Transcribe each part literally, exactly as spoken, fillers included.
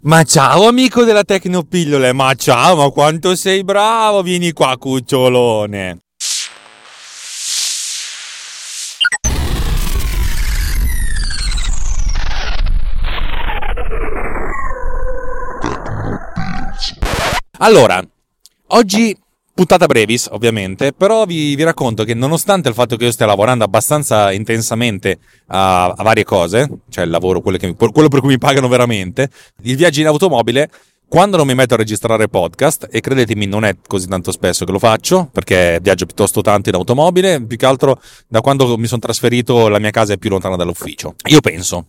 Ma ciao amico della Tecnopillole, ma ciao, ma quanto sei bravo, vieni qua cucciolone. Allora, oggi puntata brevis ovviamente, però vi, vi racconto che nonostante il fatto che io stia lavorando abbastanza intensamente a, a varie cose, cioè il lavoro, quello, che, quello per cui mi pagano veramente, il viaggio in automobile, quando non mi metto a registrare podcast, e credetemi non è così tanto spesso che lo faccio, perché viaggio piuttosto tanto in automobile, più che altro da quando mi sono trasferito la mia casa è più lontana dall'ufficio. Io penso,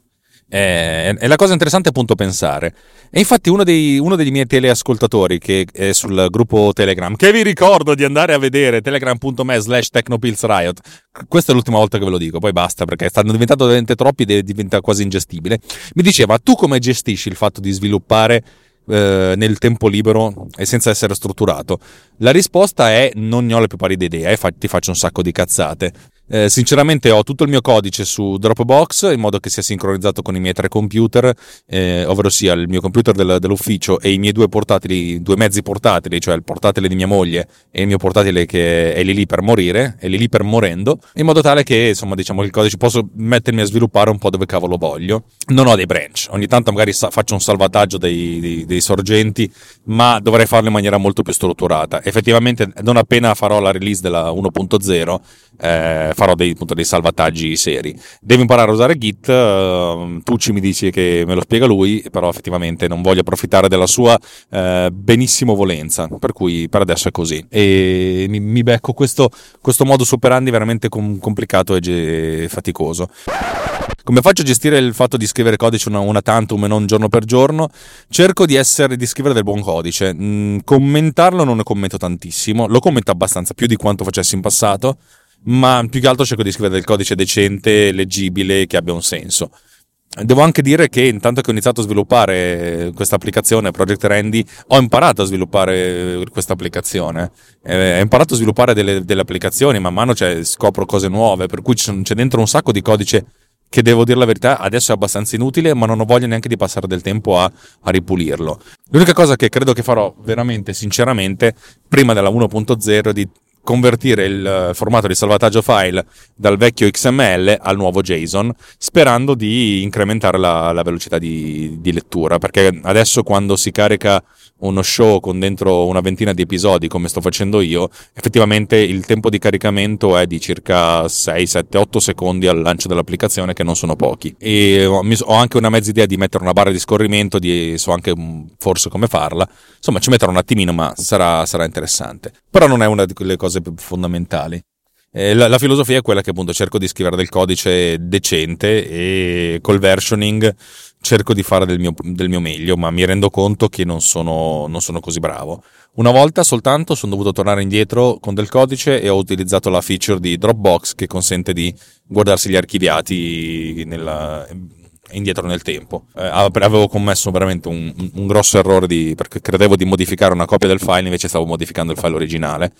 eh, è la cosa interessante appunto pensare. E infatti uno dei, uno dei miei teleascoltatori che è sul gruppo Telegram, che vi ricordo di andare a vedere, telegram.me slash technopillsriot, questa è l'ultima volta che ve lo dico, poi basta perché stanno diventando veramente troppi e diventa quasi ingestibile, mi diceva: tu come gestisci il fatto di sviluppare eh, nel tempo libero e senza essere strutturato? La risposta è: non ne ho la più pallida idea e fa- ti faccio un sacco di cazzate. Eh, sinceramente ho tutto il mio codice su Dropbox in modo che sia sincronizzato con i miei tre computer, eh, ovvero sia il mio computer del, dell'ufficio e i miei due portatili, due mezzi portatili, cioè il portatile di mia moglie e il mio portatile che è lì lì per morire, è lì lì per morendo, in modo tale che insomma diciamo il codice posso mettermi a sviluppare un po' dove cavolo voglio. Non ho dei branch, ogni tanto magari sa- faccio un salvataggio dei, dei, dei sorgenti, ma dovrei farlo in maniera molto più strutturata. Effettivamente non appena farò la release della uno punto zero eh, farò dei, appunto, dei salvataggi seri. Devo imparare a usare Git, uh, Tucci mi dice che me lo spiega lui, però effettivamente non voglio approfittare della sua uh, benissimo volenza, per cui per adesso è così e mi, mi becco questo, questo modus operandi veramente com- complicato e ge- faticoso. Come faccio a gestire il fatto di scrivere codice una, una tantum e non giorno per giorno? Cerco di essere di scrivere del buon codice. Mm, commentarlo non ne commento tantissimo, lo commento abbastanza, più di quanto facessi in passato, ma più che altro cerco di scrivere del codice decente, leggibile, che abbia un senso. Devo anche dire che intanto che ho iniziato a sviluppare questa applicazione Project Randy, ho imparato a sviluppare questa applicazione, eh, ho imparato a sviluppare delle, delle applicazioni, man mano cioè, scopro cose nuove, per cui c'è dentro un sacco di codice che, devo dire la verità, adesso è abbastanza inutile, ma non ho voglia neanche di passare del tempo a, a ripulirlo. L'unica cosa che credo che farò veramente, sinceramente, prima della uno punto zero è di convertire il formato di salvataggio file dal vecchio X M L al nuovo JSON, sperando di incrementare la, la velocità di, di lettura, perché adesso quando si carica uno show con dentro una ventina di episodi come sto facendo io, effettivamente il tempo di caricamento è di circa sei, sette, otto secondi al lancio dell'applicazione, che non sono pochi, e ho anche una mezza idea di mettere una barra di scorrimento, di, so anche forse come farla, insomma ci metterò un attimino, ma sarà, sarà interessante, però non è una di quelle cose più fondamentali. Eh, la, la filosofia è quella che appunto cerco di scrivere del codice decente e col versioning cerco di fare del mio, del mio meglio, ma mi rendo conto che non sono, non sono così bravo. Una volta soltanto sono dovuto tornare indietro con del codice e ho utilizzato la feature di Dropbox che consente di guardarsi gli archiviati nella, indietro nel tempo. Eh, avevo commesso veramente un, un grosso errore di, perché credevo di modificare una copia del file, invece stavo modificando il file originale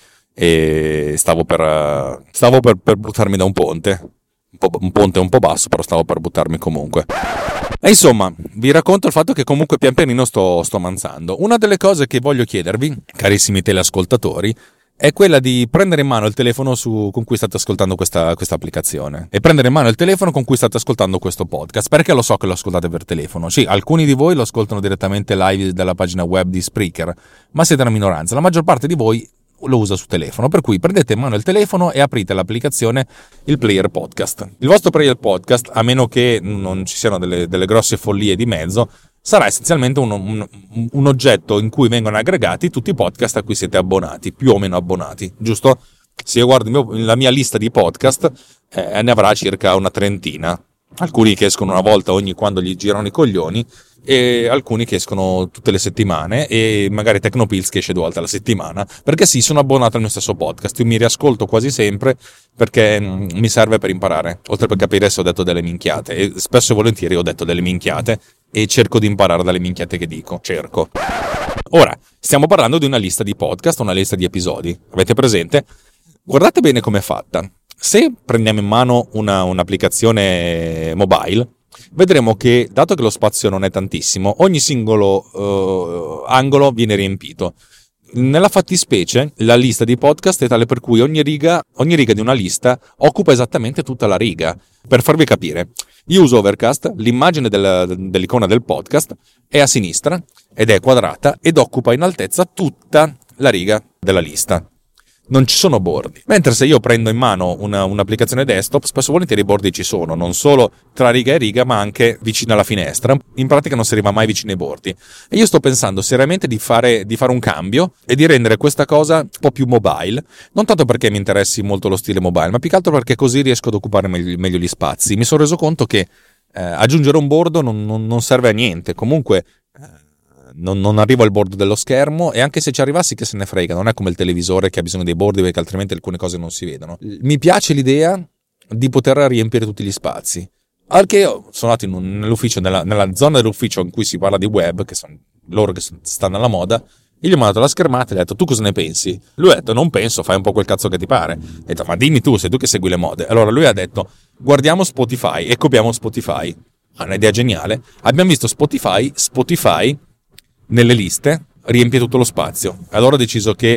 e stavo per stavo per, per buttarmi da un ponte un, po', un ponte un po' basso, però stavo per buttarmi comunque. E insomma vi racconto il fatto che comunque pian pianino sto, sto avanzando. Una delle cose che voglio chiedervi, carissimi teleascoltatori, è quella di prendere in mano il telefono su, con cui state ascoltando questa, questa applicazione, e prendere in mano il telefono con cui state ascoltando questo podcast, perché lo so che lo ascoltate per telefono. Sì, alcuni di voi lo ascoltano direttamente live dalla pagina web di Spreaker, ma siete una minoranza. La maggior parte di voi lo usa su telefono, per cui prendete in mano il telefono e aprite l'applicazione il Player Podcast. Il vostro Player Podcast, a meno che non ci siano delle, delle grosse follie di mezzo, sarà essenzialmente un, un, un oggetto in cui vengono aggregati tutti i podcast a cui siete abbonati, più o meno abbonati, giusto? Se io guardo il mio, la mia lista di podcast, eh, ne avrà circa una trentina, alcuni che escono una volta ogni quando gli girano i coglioni, e alcuni che escono tutte le settimane, e magari Tecnopills che esce due volte alla settimana, perché sì, sono abbonato al mio stesso podcast, io mi riascolto quasi sempre perché mh, mi serve per imparare, oltre per capire se ho detto delle minchiate, e spesso e volentieri ho detto delle minchiate e cerco di imparare dalle minchiate che dico, cerco. Ora, stiamo parlando di una lista di podcast, una lista di episodi, avete presente? Guardate bene com'è fatta. Se prendiamo in mano una, un'applicazione mobile, vedremo che, dato che lo spazio non è tantissimo, ogni singolo uh, angolo viene riempito. Nella fattispecie, la lista di podcast è tale per cui ogni riga, ogni riga di una lista occupa esattamente tutta la riga. Per farvi capire, io uso Overcast, l'immagine del, dell'icona del podcast è a sinistra ed è quadrata ed occupa in altezza tutta la riga della lista. Non ci sono bordi. Mentre se io prendo in mano una, un'applicazione desktop, spesso e volentieri i bordi ci sono, non solo tra riga e riga, ma anche vicino alla finestra. In pratica non si arriva mai vicino ai bordi. E io sto pensando seriamente di fare, di fare un cambio e di rendere questa cosa un po' più mobile. Non tanto perché mi interessi molto lo stile mobile, ma più che altro perché così riesco ad occupare meglio, meglio gli spazi. Mi sono reso conto che eh, aggiungere un bordo non, non, non serve a niente. Comunque Non, non arrivo al bordo dello schermo, e anche se ci arrivassi che se ne frega, non è come il televisore che ha bisogno dei bordi perché altrimenti alcune cose non si vedono. Mi piace l'idea di poter riempire tutti gli spazi, al che io sono andato in un, nell'ufficio, nella, nella zona dell'ufficio in cui si parla di web, che sono loro che stanno alla moda, io gli ho mandato la schermata e gli ho detto: tu cosa ne pensi? Lui ha detto: non penso, fai un po' quel cazzo che ti pare. Ho detto: ma dimmi tu, sei tu che segui le mode. Allora lui ha detto: guardiamo Spotify e copiamo Spotify. Ah, un'idea geniale. Abbiamo visto Spotify, Spotify nelle liste riempie tutto lo spazio. Allora ho deciso che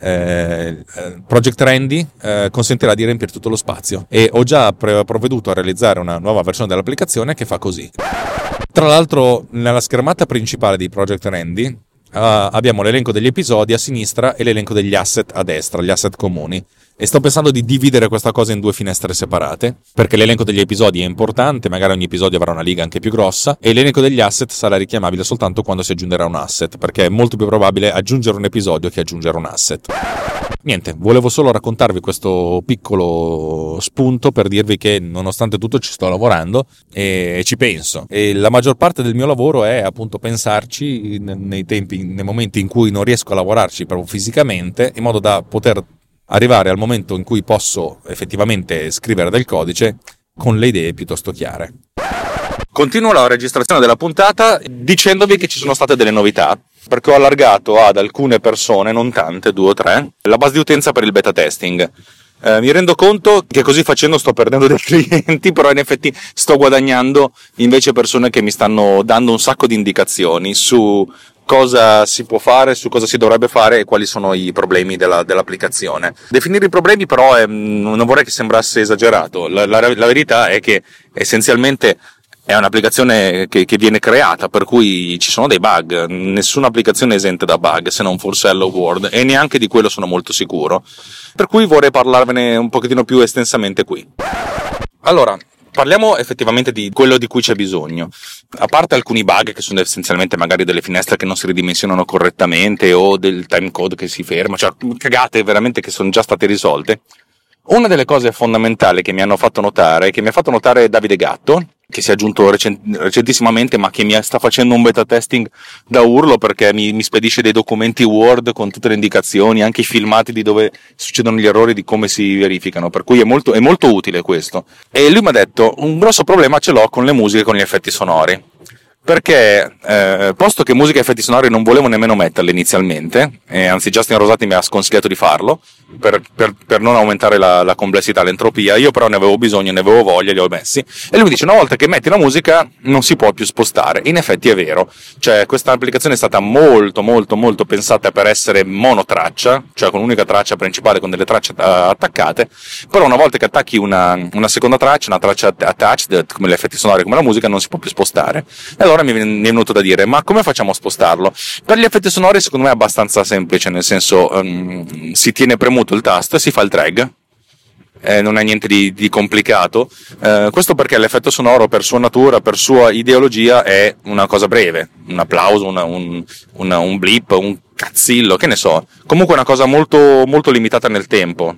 eh, Project Trendy eh, consentirà di riempire tutto lo spazio, e ho già pre- provveduto a realizzare una nuova versione dell'applicazione che fa così. Tra l'altro, nella schermata principale di Project Trendy uh, abbiamo l'elenco degli episodi a sinistra e l'elenco degli asset a destra, gli asset comuni. E sto pensando di dividere questa cosa in due finestre separate, perché l'elenco degli episodi è importante, magari ogni episodio avrà una riga anche più grossa, e l'elenco degli asset sarà richiamabile soltanto quando si aggiungerà un asset, perché è molto più probabile aggiungere un episodio che aggiungere un asset. Niente, volevo solo raccontarvi questo piccolo spunto per dirvi che nonostante tutto ci sto lavorando e ci penso, e la maggior parte del mio lavoro è appunto pensarci nei tempi, nei momenti in cui non riesco a lavorarci proprio fisicamente, in modo da poter arrivare al momento in cui posso effettivamente scrivere del codice con le idee piuttosto chiare. Continuo la registrazione della puntata dicendovi che ci sono state delle novità, perché ho allargato ad alcune persone, non tante, due o tre, la base di utenza per il beta testing. Eh, mi rendo conto che così facendo sto perdendo dei clienti, però in effetti sto guadagnando invece persone che mi stanno dando un sacco di indicazioni su cosa si può fare, su cosa si dovrebbe fare e quali sono i problemi della, dell'applicazione. Definire i problemi però è, non vorrei che sembrasse esagerato, la, la, la verità è che essenzialmente è un'applicazione che, che viene creata, per cui ci sono dei bug, nessuna applicazione è esente da bug, se non forse Hello World, e neanche di quello sono molto sicuro, per cui vorrei parlarvene un pochettino più estensamente qui. Allora, parliamo effettivamente di quello di cui c'è bisogno. A parte alcuni bug che sono essenzialmente magari delle finestre che non si ridimensionano correttamente o del timecode che si ferma, cioè cagate veramente che sono già state risolte. Una delle cose fondamentali che mi hanno fatto notare, che mi ha fatto notare Davide Gatto, che si è aggiunto recent- recentissimamente, ma che mi sta facendo un beta testing da urlo, perché mi, mi spedisce dei documenti Word con tutte le indicazioni, anche i filmati di dove succedono gli errori, di come si verificano, per cui è molto, è molto utile questo. E lui mi ha detto: un grosso problema ce l'ho con le musiche e con gli effetti sonori, perché eh, posto che musica e effetti sonori non volevo nemmeno metterle inizialmente, eh, anzi Justin Rosati mi ha sconsigliato di farlo per, per, per non aumentare la, la complessità, l'entropia. Io però ne avevo bisogno, ne avevo voglia, li ho messi, e lui mi dice: una volta che metti la musica non si può più spostare. In effetti è vero, cioè questa applicazione è stata molto molto molto pensata per essere monotraccia, cioè con un'unica traccia principale con delle tracce attaccate, però una volta che attacchi una, una seconda traccia, una traccia attached come gli effetti sonori, come la musica, non si può più spostare. E allora mi è venuto da dire: ma come facciamo a spostarlo? Per gli effetti sonori secondo me è abbastanza semplice, nel senso um, si tiene premuto il tasto e si fa il drag, eh, non è niente di, di complicato, eh, questo perché l'effetto sonoro per sua natura, per sua ideologia è una cosa breve, un applauso, una, un, una, un blip, un cazzillo, che ne so, comunque è una cosa molto, molto limitata nel tempo,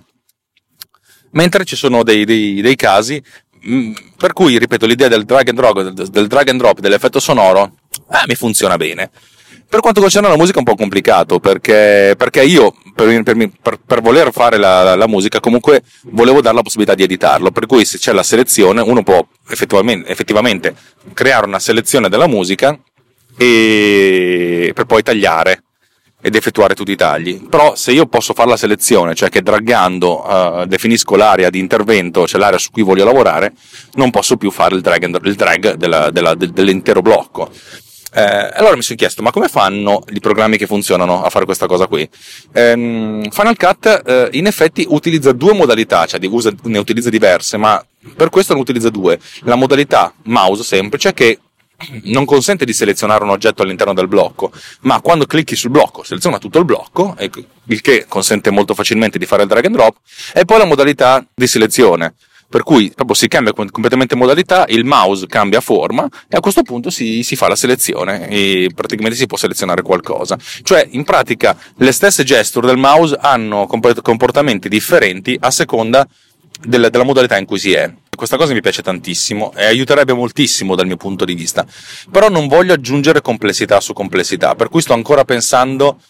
mentre ci sono dei, dei, dei casi per cui, ripeto, l'idea del drag and drop, del drag and drop dell'effetto sonoro eh, mi funziona bene. Per quanto concerne la musica è un po' complicato, perché, perché io per, per, per, per voler fare la, la, la musica comunque volevo dare la possibilità di editarlo, per cui se c'è la selezione uno può effettivamente, effettivamente creare una selezione della musica e per poi tagliare ed effettuare tutti i tagli. Però se io posso fare la selezione, cioè che draggando uh, definisco l'area di intervento, cioè l'area su cui voglio lavorare, non posso più fare il drag, il drag della, della, dell'intero blocco. Eh, allora mi sono chiesto, ma come fanno i programmi che funzionano a fare questa cosa qui? Eh, Final Cut eh, in effetti utilizza due modalità, cioè usa, ne utilizza diverse, ma per questo ne utilizza due. La modalità mouse semplice, che non consente di selezionare un oggetto all'interno del blocco, ma quando clicchi sul blocco seleziona tutto il blocco, il che consente molto facilmente di fare il drag and drop, e poi la modalità di selezione, per cui proprio si cambia completamente modalità, il mouse cambia forma e a questo punto si, si fa la selezione e praticamente si può selezionare qualcosa. Cioè, in pratica, le stesse gesture del mouse hanno comportamenti differenti a seconda della, della modalità in cui si è. Questa cosa mi piace tantissimo e aiuterebbe moltissimo dal mio punto di vista, però non voglio aggiungere complessità su complessità, per cui sto ancora pensando,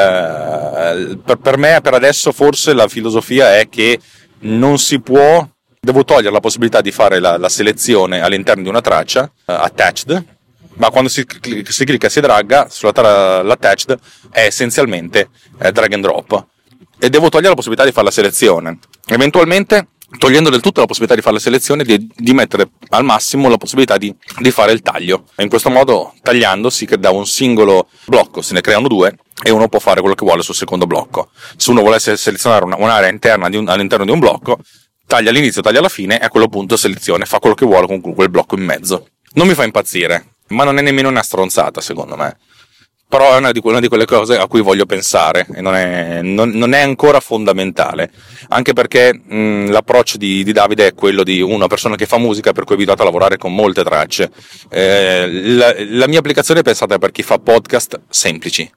eh, per, per me per adesso forse la filosofia è che non si può, devo togliere la possibilità di fare la, la selezione all'interno di una traccia uh, attached, ma quando si, si clicca e si dragga sulla tra, l'attached è essenzialmente eh, drag and drop, e devo togliere la possibilità di fare la selezione, eventualmente togliendo del tutto la possibilità di fare la selezione, di, di mettere al massimo la possibilità di, di fare il taglio, e in questo modo, tagliando, si da un singolo blocco se ne creano due e uno può fare quello che vuole sul secondo blocco. Se uno volesse selezionare una, un'area interna di un, all'interno di un blocco, taglia all'inizio, taglia alla fine e a quello punto selezione, fa quello che vuole con quel blocco in mezzo. Non mi fa impazzire, ma non è nemmeno una stronzata secondo me, però è una di, una di quelle cose a cui voglio pensare e non è, non, non è ancora fondamentale, anche perché mh, l'approccio di, di Davide è quello di una persona che fa musica, per cui è abituato a lavorare con molte tracce. Eh, la, la mia applicazione è pensata per chi fa podcast semplici,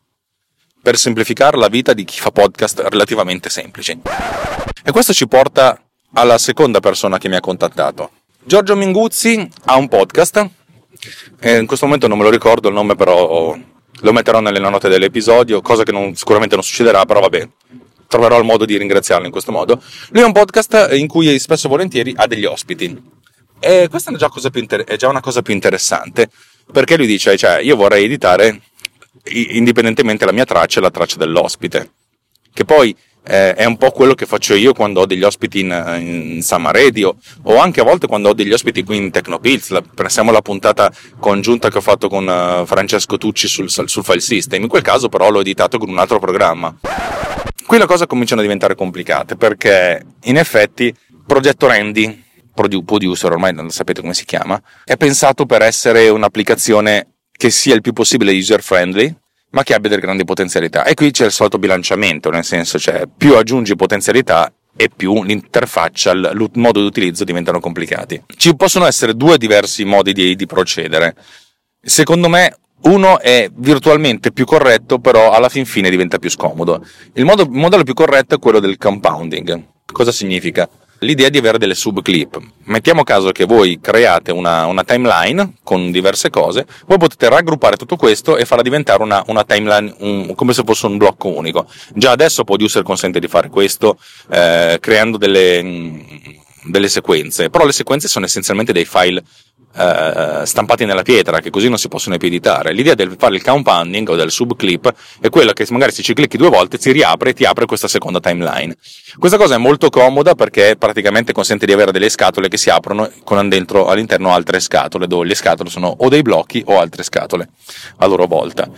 per semplificare la vita di chi fa podcast relativamente semplici. E questo ci porta alla seconda persona che mi ha contattato. Giorgio Minguzzi ha un podcast, e in questo momento non me lo ricordo il nome, però lo metterò nelle note dell'episodio, cosa che non, sicuramente non succederà, però vabbè, troverò il modo di ringraziarlo in questo modo. Lui ha un podcast in cui spesso e volentieri ha degli ospiti, e questa è già, cosa più inter- è già una cosa più interessante, perché lui dice, cioè, io vorrei editare indipendentemente la mia traccia e la traccia dell'ospite, che poi eh, è un po' quello che faccio io quando ho degli ospiti in, in Summer Radio, o anche a volte quando ho degli ospiti qui in Tecnopills. La, pensiamo alla puntata congiunta che ho fatto con uh, Francesco Tucci sul, sul file system. In quel caso però l'ho editato con un altro programma. Qui le cose cominciano a diventare complicate, perché in effetti Progetto Randy, Producer, ormai non sapete come si chiama, è pensato per essere un'applicazione che sia il più possibile user friendly, ma che abbia delle grandi potenzialità. E qui c'è il solito bilanciamento, nel senso, cioè, più aggiungi potenzialità e più l'interfaccia, il modo di utilizzo diventano complicati. Ci possono essere due diversi modi di, di procedere. Secondo me uno è virtualmente più corretto, però alla fin fine diventa più scomodo. Il, modo, il modello più corretto è quello del compounding. Cosa significa? L'idea di avere delle subclip. Mettiamo caso che voi create una, una timeline con diverse cose, voi potete raggruppare tutto questo e farla diventare una, una timeline un, come se fosse un blocco unico. Già adesso Producer consente di fare questo eh, creando delle, delle sequenze, però le sequenze sono essenzialmente dei file Uh, stampati nella pietra, che così non si possono più editare. L'idea del fare il compounding o del subclip è quella che magari se ci clicchi due volte si riapre e ti apre questa seconda timeline. Questa cosa è molto comoda perché praticamente consente di avere delle scatole che si aprono con dentro all'interno altre scatole, dove le scatole sono o dei blocchi o altre scatole a loro volta.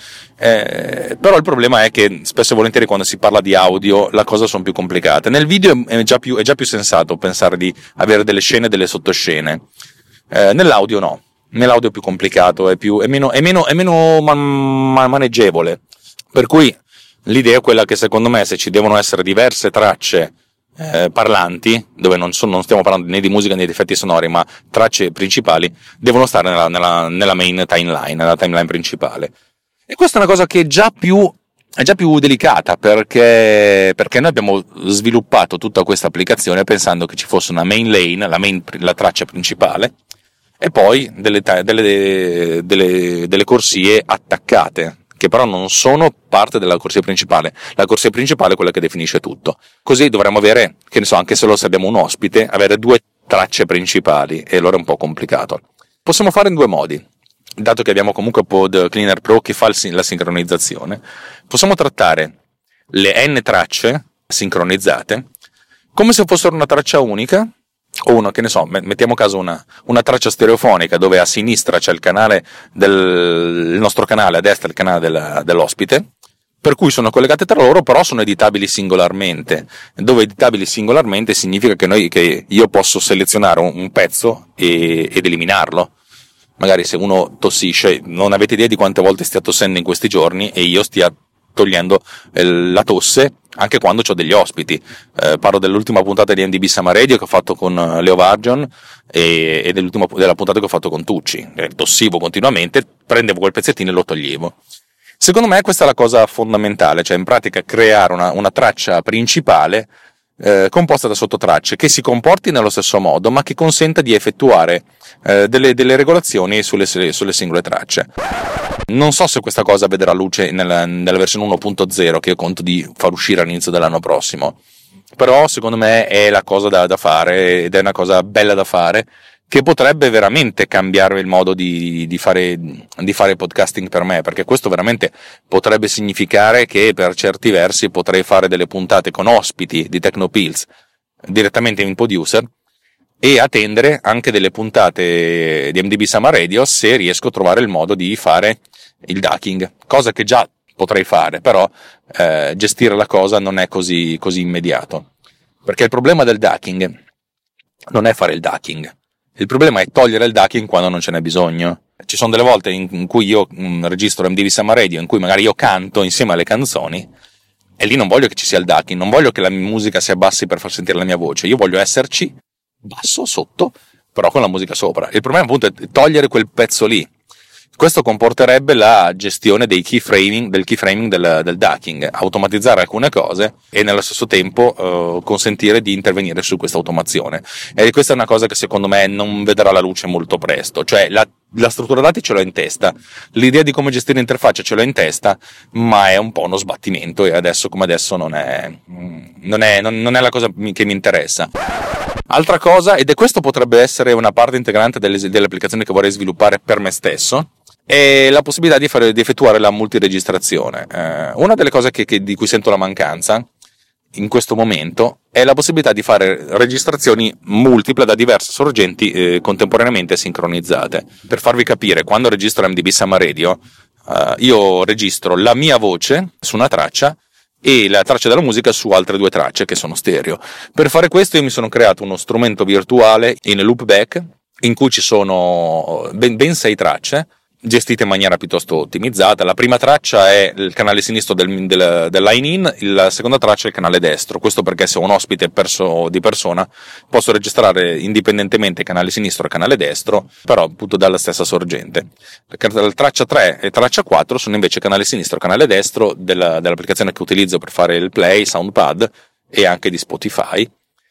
Eh, però il problema è che spesso e volentieri quando si parla di audio la cosa sono più complicate. Nel video è già più, è già più sensato pensare di avere delle scene e delle sottoscene. Eh, nell'audio no, nell'audio è più complicato, è, più, è meno, è meno, è meno man, man, maneggevole, per cui l'idea è quella che secondo me se ci devono essere diverse tracce eh, parlanti, dove non, sono, non stiamo parlando né di musica né di effetti sonori, ma tracce principali, devono stare nella, nella, nella main timeline, nella timeline principale. E questa è una cosa che è già più, è già più delicata, perché, perché noi abbiamo sviluppato tutta questa applicazione pensando che ci fosse una main lane, la, main, la traccia principale, e poi delle, delle, delle, delle corsie attaccate, che però non sono parte della corsia principale. La corsia principale è quella che definisce tutto. Così dovremmo avere, che ne so, anche solo se abbiamo un ospite, avere due tracce principali, e allora è un po' complicato. Possiamo fare in due modi. dato che abbiamo comunque Pod Cleaner Pro che fa la sincronizzazione, possiamo trattare le n tracce sincronizzate come se fossero una traccia unica, o uno, che ne so, mettiamo a caso una, una traccia stereofonica dove a sinistra c'è il canale del il nostro canale, a destra il canale del, dell'ospite, per cui sono collegate tra loro, però sono editabili singolarmente. Dove editabili singolarmente significa che, noi, che io posso selezionare un, un pezzo e, ed eliminarlo. Magari se uno tossisce, non avete idea di quante volte stia tossendo in questi giorni e io stia togliendo la tosse anche quando ho degli ospiti. Eh, parlo dell'ultima puntata di M D B Summer Radio che ho fatto con Leo Vargion e, e dell'ultima della puntata che ho fatto con Tucci. Eh, tossivo continuamente, prendevo quel pezzettino e lo toglievo. Secondo me questa è la cosa fondamentale, cioè in pratica creare una, una traccia principale eh, composta da sottotracce che si comporti nello stesso modo ma che consenta di effettuare eh, delle, delle regolazioni sulle, sulle singole tracce. Non so se questa cosa vedrà luce nella, nella versione uno punto zero che io conto di far uscire all'inizio dell'anno prossimo, però secondo me è la cosa da, da fare ed è una cosa bella da fare che potrebbe veramente cambiare il modo di, di, fare, di fare podcasting per me, perché questo veramente potrebbe significare che per certi versi potrei fare delle puntate con ospiti di Tecnopills direttamente in Producer e attendere anche delle puntate di M D B Summer Radio se riesco a trovare il modo di fare il ducking, cosa che già potrei fare, però eh, gestire la cosa non è così, così immediato, perché il problema del ducking non è fare il ducking, il problema è togliere il ducking quando non ce n'è bisogno. Ci sono delle volte in, in cui io mh, registro M D B Summer Radio in cui magari io canto insieme alle canzoni e lì non voglio che ci sia il ducking, non voglio che la musica si abbassi per far sentire la mia voce, io voglio esserci basso, sotto, però con la musica sopra. Il problema appunto è togliere quel pezzo lì. Questo comporterebbe la gestione dei keyframing, del keyframing del, del ducking, automatizzare alcune cose e nello stesso tempo eh, consentire di intervenire su questa automazione. E questa è una cosa che secondo me non vedrà la luce molto presto, cioè la, la struttura dati ce l'ho in testa, l'idea di come gestire l'interfaccia ce l'ho in testa, ma è un po' uno sbattimento e adesso come adesso non è, non è, non, non è la cosa che mi interessa. Altra cosa, ed è questo potrebbe essere una parte integrante delle, delle applicazioni che vorrei sviluppare per me stesso, è la possibilità di, fare, di effettuare la multiregistrazione. Eh, una delle cose che, che, di cui sento la mancanza in questo momento è la possibilità di fare registrazioni multiple da diverse sorgenti eh, contemporaneamente sincronizzate. Per farvi capire, quando registro M D B Summer Radio, eh, io registro la mia voce su una traccia e la traccia della musica su altre due tracce che sono stereo. Per fare questo io mi sono creato uno strumento virtuale in loopback in cui ci sono ben, ben sei tracce gestite in maniera piuttosto ottimizzata. La prima traccia è il canale sinistro del, del, del line-in, la seconda traccia è il canale destro. Questo perché se ho un ospite perso, di persona posso registrare indipendentemente il canale sinistro e il canale destro, però appunto dalla stessa sorgente. La traccia tre e traccia quattro sono invece canale sinistro e canale destro della, dell'applicazione che utilizzo per fare il play, Soundpad e anche di Spotify.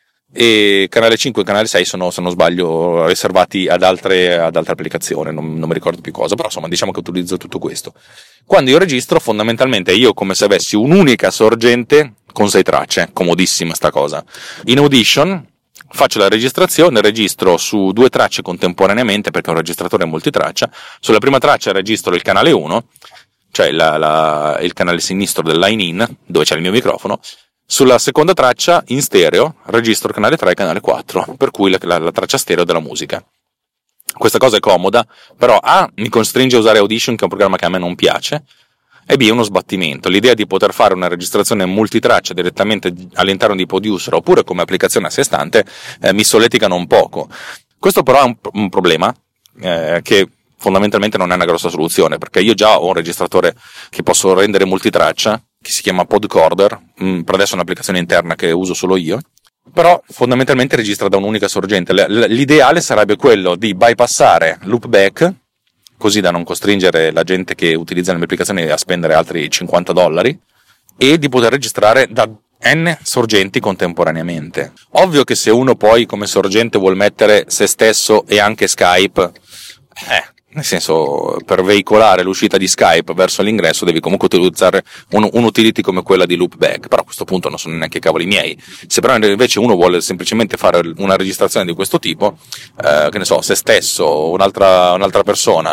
E canale cinque e canale sei sono, se non sbaglio, riservati ad altre, ad altre applicazioni, non, non mi ricordo più cosa, però insomma diciamo che utilizzo tutto questo. Quando io registro, fondamentalmente io come se avessi un'unica sorgente con sei tracce, comodissima sta cosa. In Audition faccio la registrazione, registro su due tracce contemporaneamente perché è un registratore multitraccia. Sulla prima traccia registro il canale uno, cioè la, la, il canale sinistro del line-in, dove c'è il mio microfono. Sulla seconda traccia, in stereo, registro il canale tre e canale quattro, per cui la, la, la traccia stereo della musica. Questa cosa è comoda, però A, mi costringe a usare Audition, che è un programma che a me non piace, e B, è uno sbattimento. L'idea di poter fare una registrazione multitraccia direttamente all'interno di Producer, oppure come applicazione a sé stante, eh, mi solleticano un poco. Questo però è un, un problema eh, che fondamentalmente non è una grossa soluzione, perché io già ho un registratore che posso rendere multitraccia, che si chiama Podcorder, mm, per adesso è un'applicazione interna che uso solo io, però fondamentalmente registra da un'unica sorgente. L'ideale sarebbe quello di bypassare loopback, così da non costringere la gente che utilizza le mie applicazioni a spendere altri cinquanta dollari, e di poter registrare da n sorgenti contemporaneamente. Ovvio che se uno poi come sorgente vuol mettere se stesso e anche Skype, eh, nel senso, per veicolare l'uscita di Skype verso l'ingresso devi comunque utilizzare un, un utility come quella di Loopback, però a questo punto non sono neanche cavoli miei. Se però invece uno vuole semplicemente fare una registrazione di questo tipo, eh, che ne so, se stesso o un'altra, un'altra persona,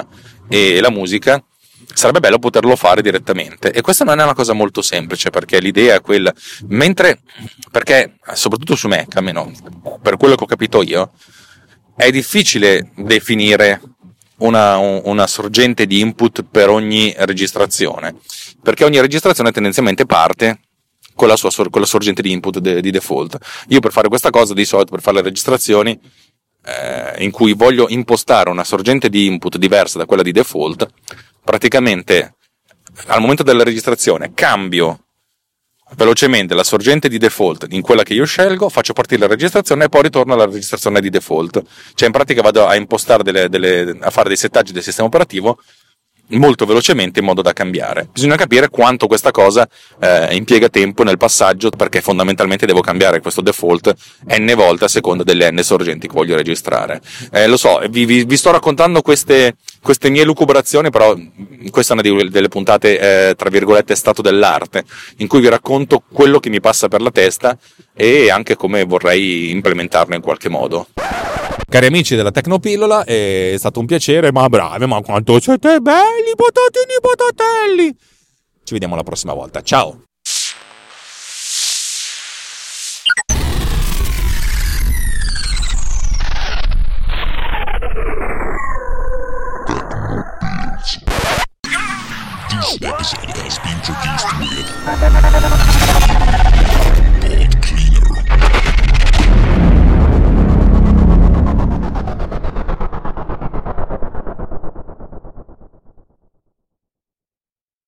e la musica, sarebbe bello poterlo fare direttamente, e questa non è una cosa molto semplice, perché l'idea è quella, mentre perché soprattutto su Mac, almeno per quello che ho capito io, è difficile definire una, una sorgente di input per ogni registrazione, perché ogni registrazione tendenzialmente parte con la sua con la sorgente di input de, di default. Io per fare questa cosa, di solito per fare le registrazioni eh, in cui voglio impostare una sorgente di input diversa da quella di default, praticamente al momento della registrazione cambio velocemente la sorgente di default in quella che io scelgo, faccio partire la registrazione e poi ritorno alla registrazione di default. Cioè in pratica vado a impostare delle, delle, a fare dei settaggi del sistema operativo molto velocemente in modo da cambiare. Bisogna capire quanto questa cosa eh, impiega tempo nel passaggio, perché fondamentalmente devo cambiare questo default n volte a seconda delle n sorgenti che voglio registrare. Eh, lo so, vi, vi, vi sto raccontando queste, queste mie lucubrazioni, però questa è una delle puntate eh, tra virgolette stato dell'arte, in cui vi racconto quello che mi passa per la testa e anche come vorrei implementarlo in qualche modo. Cari amici della Tecnopillola, è stato un piacere, ma bravi, ma quanto siete belli, patatini patatelli! Ci vediamo la prossima volta, ciao! This episode has been produced with